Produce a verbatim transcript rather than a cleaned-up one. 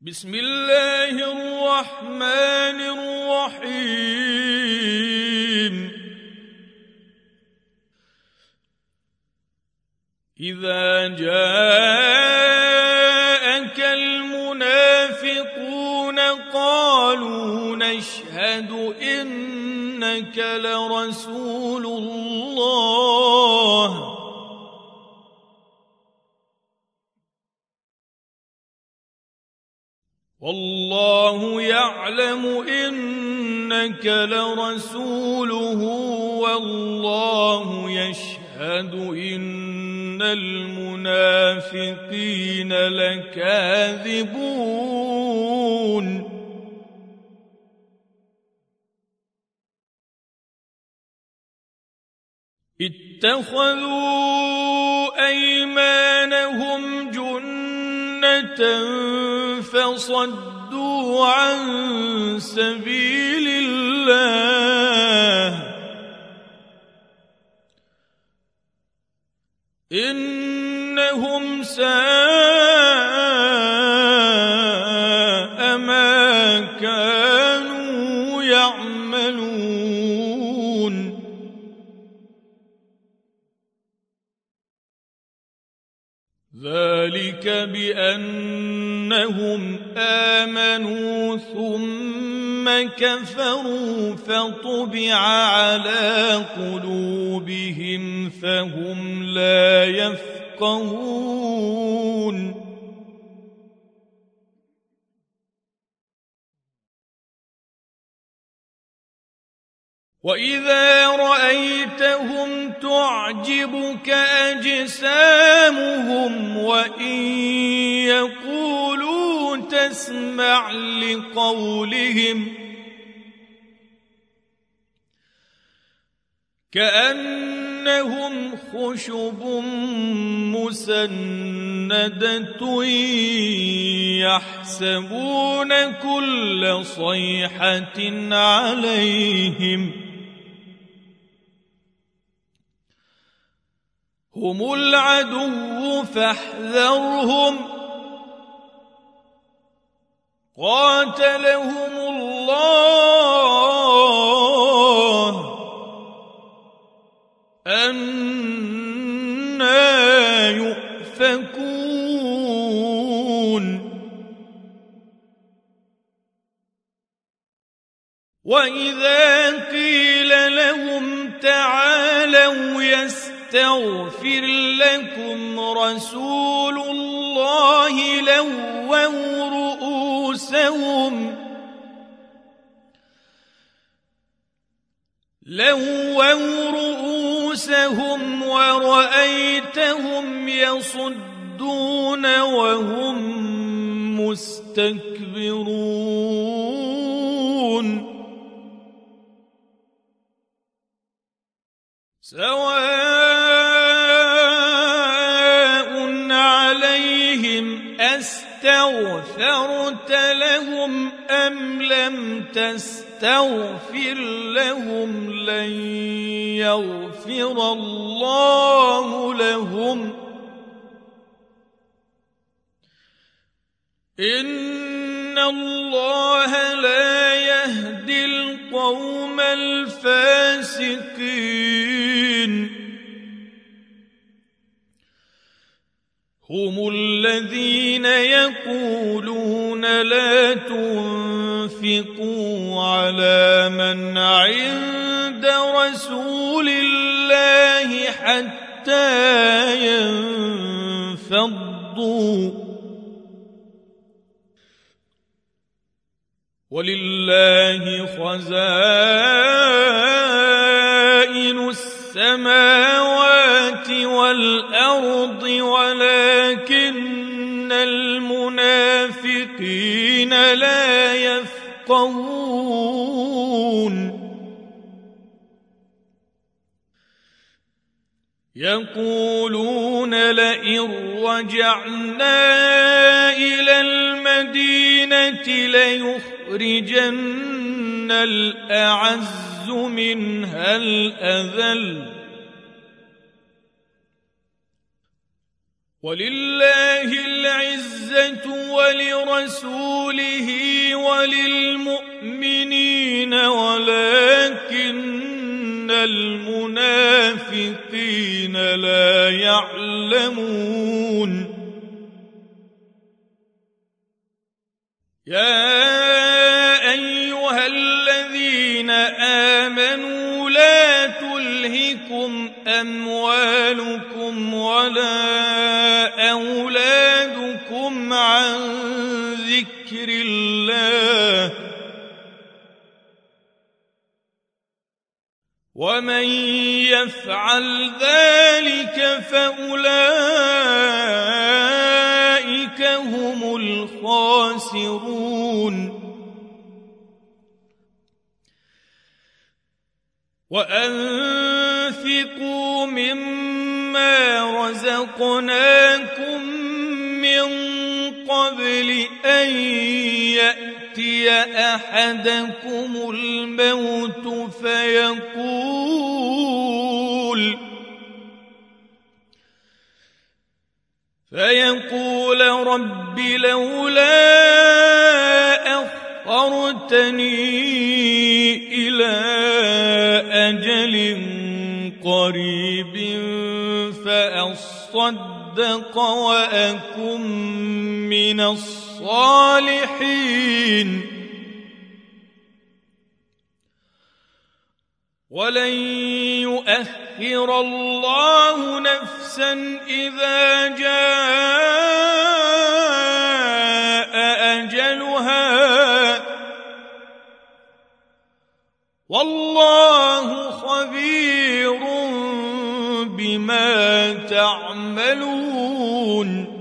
بسم الله الرحمن الرحيم. إذا جاءك المنافقون قالوا نشهد إنك لرسول الله والله يعلم إنك لرسوله والله يشهد إن المنافقين لكاذبون. اتخذوا أيمانهم جنة فصدوا عن سبيل الله إنهم ساء ما كانوا يعملون. ذلك بأنهم آمنوا ثم كفروا فطبع على قلوبهم فهم لا يفقهون. وإذا رأيتهم تعجبك أجسامهم وإن يقولوا تسمع لقولهم كأنهم خشب مسندة يحسبون كل صيحة عليهم هم العدو فاحذرهم قاتلهم الله أنى يؤفكون. وإذا قيل لهم تعالوا يستغفر لكم رسول الله لووا رؤوسهم لووا رؤوسهم ورأيتهم يصدون وهم مستكبرون. سواء عليهم أستغفرت لهم أم لم تستغفر لهم لن يغفر الله لهم إن الله لا يهدي القوم الفاسقين. هم الذين يقولون لا تنفقوا على من عند رسول الله حتى ينفضوا ولله خزائن السماوات والأرض ولكن المنافقين لا يفقهون. يقولون لئن رجعنا إلى المدينة ليخرجن الأعز منها الأذل ولله العزة ولرسوله وللمؤمنين ولكن المنافقين لا يعلمون يا أيها الذين آمنوا لا تلهكم أموالكم ولا أولادكم عن ذكر الله ومن يفعل ذلك فأولئك هم الخاسرون وأنفقوا مما رزقناكم من قبل أن يأتي أحدكم الموت فيقول فيقول رب لولا أخرتني إلى أجل قريب فأصدق وأكن من الصالحين ولن يؤخر الله نفسا إذا جاء أجلها والله خبير بما تعملون